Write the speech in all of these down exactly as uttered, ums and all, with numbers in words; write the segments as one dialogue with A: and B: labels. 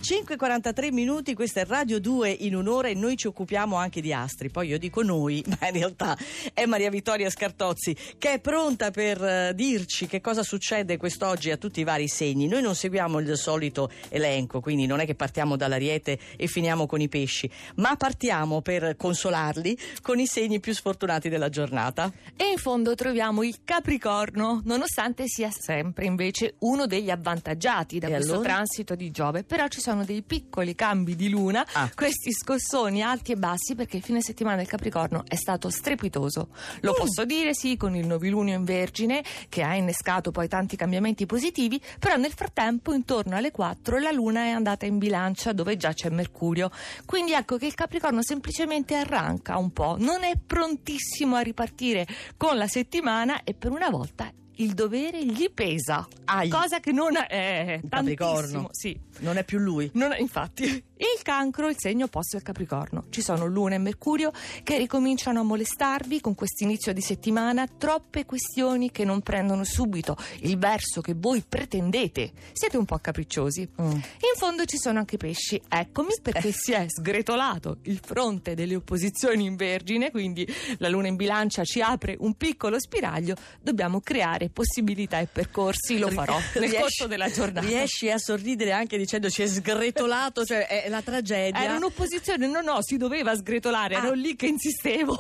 A: cinque e quarantatré minuti, questa è Radio due in un'ora e noi ci occupiamo anche di astri. Poi io dico noi, ma in realtà è Maria Vittoria Scartozzi che è pronta per uh, dirci che cosa succede quest'oggi a tutti i vari segni. Noi non seguiamo il solito elenco, quindi non è che partiamo dall'Ariete e finiamo con i pesci, ma partiamo per consolarli con i segni più sfortunati della giornata.
B: E in fondo troviamo il Capricorno, nonostante sia sempre invece uno degli avvantaggiati da
A: E
B: questo
A: allora?
B: transito di Giove. Però ci sono dei piccoli cambi di luna,
A: Ah.
B: questi scossoni alti e bassi, perché il fine settimana del Capricorno è stato strepitoso. Lo
A: Mm.
B: posso dire, sì, con il novilunio in Vergine che ha innescato poi tanti cambiamenti positivi, però nel frattempo intorno alle quattro la luna è andata in Bilancia, dove già c'è Mercurio. Quindi ecco che il Capricorno semplicemente arranca un po', non è prontissimo a ripartire con la settimana e per una volta il dovere gli pesa,
A: Ai.
B: cosa che non è
A: Il
B: tantissimo,
A: Capricorno.
B: sì.
A: Non è più lui.
B: Non è, infatti. Il Cancro, il segno opposto del Capricorno. Ci sono Luna e Mercurio che ricominciano a molestarvi con quest'inizio di settimana, troppe questioni che non prendono subito il verso che voi pretendete. Siete un po' capricciosi.
A: Mm.
B: In fondo ci sono anche i pesci. Eccomi, perché si è sgretolato il fronte delle opposizioni in Vergine, quindi la Luna in Bilancia ci apre un piccolo spiraglio. Dobbiamo creare possibilità e percorsi, lo farò nel
A: Riesci-
B: corso della giornata.
A: Riesci a sorridere anche dicendo ci è sgretolato, cioè è la tragedia.
B: Era un'opposizione, no no, si doveva sgretolare,
A: Ah.
B: ero lì che insistevo.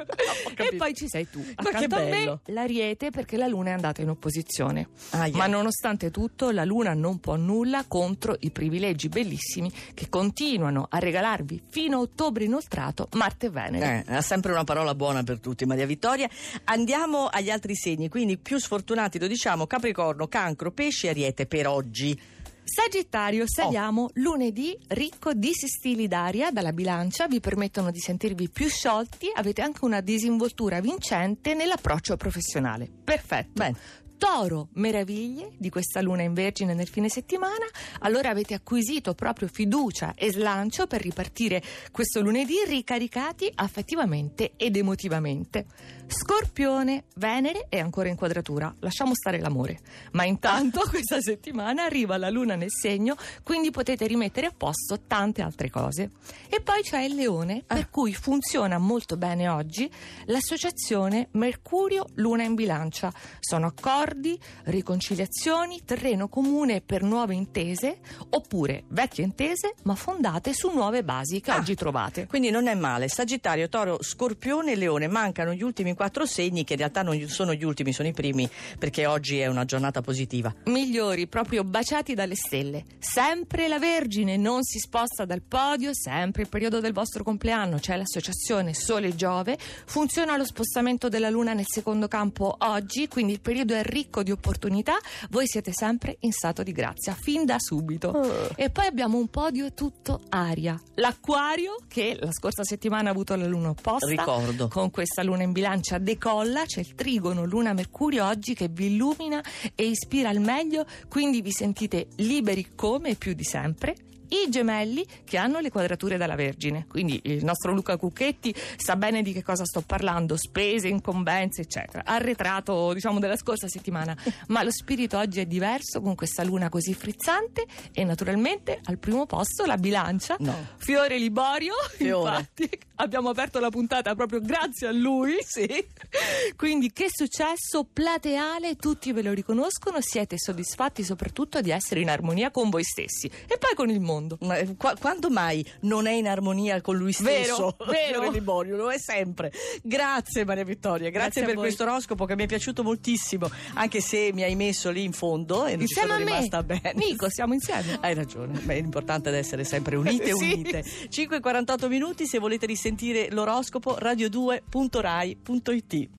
A: Ho capito.
B: E poi ci sei tu,
A: Ma che
B: accanto a
A: bello.
B: me l'Ariete, perché la Luna è andata in opposizione.
A: Aia.
B: Ma nonostante tutto la Luna non può nulla contro i privilegi bellissimi che continuano a regalarvi fino a ottobre inoltrato Marte e Venere.
A: Eh, ha sempre una parola buona per tutti, Maria Vittoria. Andiamo agli altri segni, quindi più sfortunati lo diciamo: Capricorno, Cancro, Pesci e Ariete per oggi.
B: Sagittario, saliamo lunedì, ricco di stili d'aria dalla Bilancia, vi permettono di sentirvi più sciolti, avete anche una disinvoltura vincente nell'approccio professionale. Perfetto.
A: Bene.
B: Toro, meraviglie di questa luna in Vergine nel fine settimana, allora avete acquisito proprio fiducia e slancio per ripartire questo lunedì ricaricati affettivamente ed emotivamente. Scorpione, Venere è ancora in quadratura, lasciamo stare l'amore, ma intanto questa settimana arriva la luna nel segno, quindi potete rimettere a posto tante altre cose. E poi c'è il Leone, per cui funziona molto bene oggi l'associazione Mercurio-Luna in Bilancia. Sono accordi, riconciliazioni, terreno comune per nuove intese, oppure vecchie intese ma fondate su nuove basi che
A: Ah.
B: oggi trovate.
A: Quindi non è male. Sagittario, Toro, Scorpione e Leone. Mancano gli ultimi quattro segni, che in realtà non sono gli ultimi, sono i primi, perché oggi è una giornata positiva.
B: Migliori, proprio baciati dalle stelle. Sempre la Vergine non si sposta dal podio, sempre il periodo del vostro compleanno, c'è l'associazione Sole-Giove, funziona lo spostamento della Luna nel secondo campo oggi, quindi il periodo è ricco di opportunità, voi siete sempre in stato di grazia, fin da subito.
A: Oh.
B: E poi abbiamo un podio tutto aria. L'Acquario, che la scorsa settimana ha avuto la Luna opposta.
A: Ricordo.
B: Con questa Luna in Bilancia decolla, c'è il trigono Luna-Mercurio oggi che vi illumina e ispira al meglio, quindi vi sentite liberi come più di sempre. I Gemelli, che hanno le quadrature dalla Vergine, quindi il nostro Luca Cucchetti sa bene di che cosa sto parlando, spese, incombenze eccetera, arretrato diciamo della scorsa settimana, ma lo spirito oggi è diverso con questa luna così frizzante e naturalmente al primo posto la Bilancia.
A: No.
B: Fiore Liborio,
A: Fiore.
B: infatti abbiamo aperto la puntata proprio grazie a lui. Sì. Quindi che successo plateale, tutti ve lo riconoscono, siete soddisfatti soprattutto di essere in armonia con voi stessi e poi con il mondo.
A: Ma eh, qua- quando mai non è in armonia con lui stesso?
B: Vero, vero.
A: Fiore Liborio, lo è sempre. Grazie Maria Vittoria, grazie,
B: Grazie a
A: per
B: voi.
A: questo oroscopo che mi è piaciuto moltissimo, anche se mi hai messo lì in fondo e non ci
B: Insieme
A: sono
B: a me,
A: rimasta bene.
B: Nico, siamo insieme.
A: Hai ragione, beh, l'importante è essere sempre unite e
B: Sì.
A: unite. cinque e quarantotto minuti, se volete risentire l'oroscopo radio due punto rai punto it.